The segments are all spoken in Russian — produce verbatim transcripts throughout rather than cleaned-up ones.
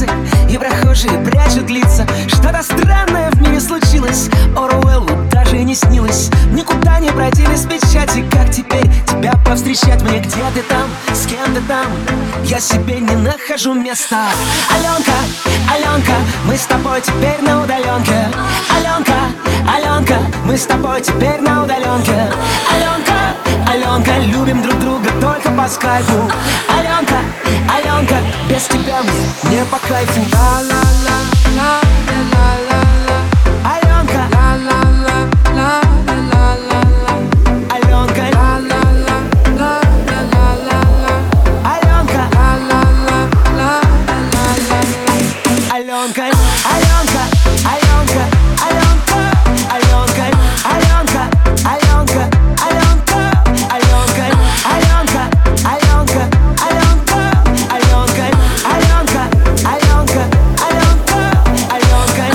улицы, и прохожие прячут лица. Что-то странное в мире случилось, Оруэллу даже не снилось. Никуда не пройти без печати. Как теперь тебя повстречать мне? Где ты там? С кем ты там? Я себе не нахожу места. Аленка, Аленка, мы с тобой теперь на удаленке. Аленка, Аленка, мы с тобой теперь на удаленке. Аленка, Аленка, любим друг друга только по скайпу. Аленка, Аленка, без тебя мне не по кайфу. Ла-ла-ла-ла, ла-ла-ла-ла. Аленка, Ла-ла-ла-ла, ла-ла-ла-ла. Аленка, Ла-ла-ла-ла, ла-ла-ла-ла. Аленка, Ла-ла-ла-ла, ла-ла-ла-ла. Аленка, Аленка, Аленка, Аленка, Аленка, Аленка, Аленка, Аленка, Аленка, Аленка, Аленка, Аленка, Аленка, Аленка, Аленка, Аленка, Аленка, Аленка.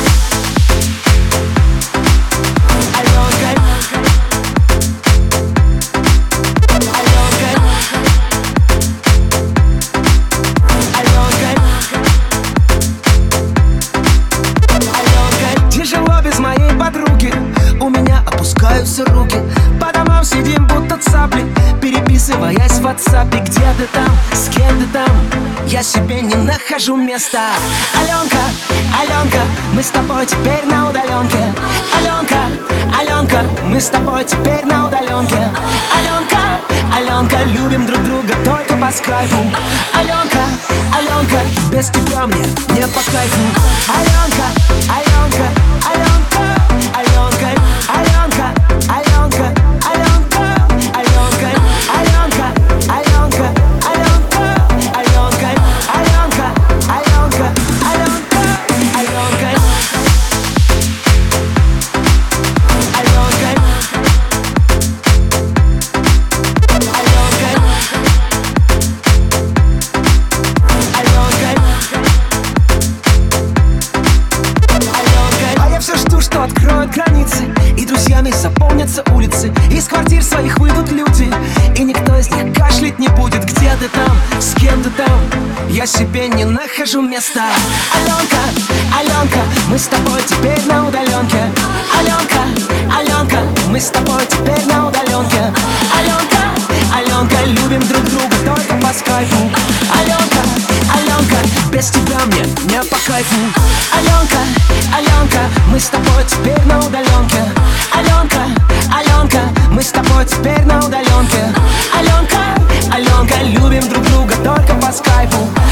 Тяжело без моей подруги, у меня опускаются руки. По домам сидим будто цапли, переписываясь в ватсапе. Где ты там, с кем ты там? Я себе не нахожу места. Аленка, Аленка, мы с тобой теперь на удаленке. Аленка, Аленка, мы с тобой теперь на удаленке. Аленка, Аленка, любим друг друга только по скайпу. Аленка, Аленка, без тебя мне не по кайфу. Аленка, Аленка, Аленка, Аленка, Аленка, Аленка, Аленка, Аленка, Аленка, Аленка, Аленка, Аленка, Аленка, Аленка, Аленка, Аленка, Аленка. А я все жду, что откроют границы, и друзьями заполнятся улицы. Из квартир своих выйдут люди, и никто из них кашлять не будет. Где ты там, с кем ты там? Я себе не нахожу места. Аленка, Аленка, мы с тобой теперь на удаленке. Аленка, Аленка, мы с тобой теперь на удаленке. Аленка, Аленка, любим друг друга только по скайпу. Аленка, Аленка, без тебя мне не по кайфу. Аленка, Аленка, мы с тобой теперь на удаленке. Аленка, Аленка, мы с тобой теперь на удаленке. Аленка, Аленка, любим друг друга только по скайпу.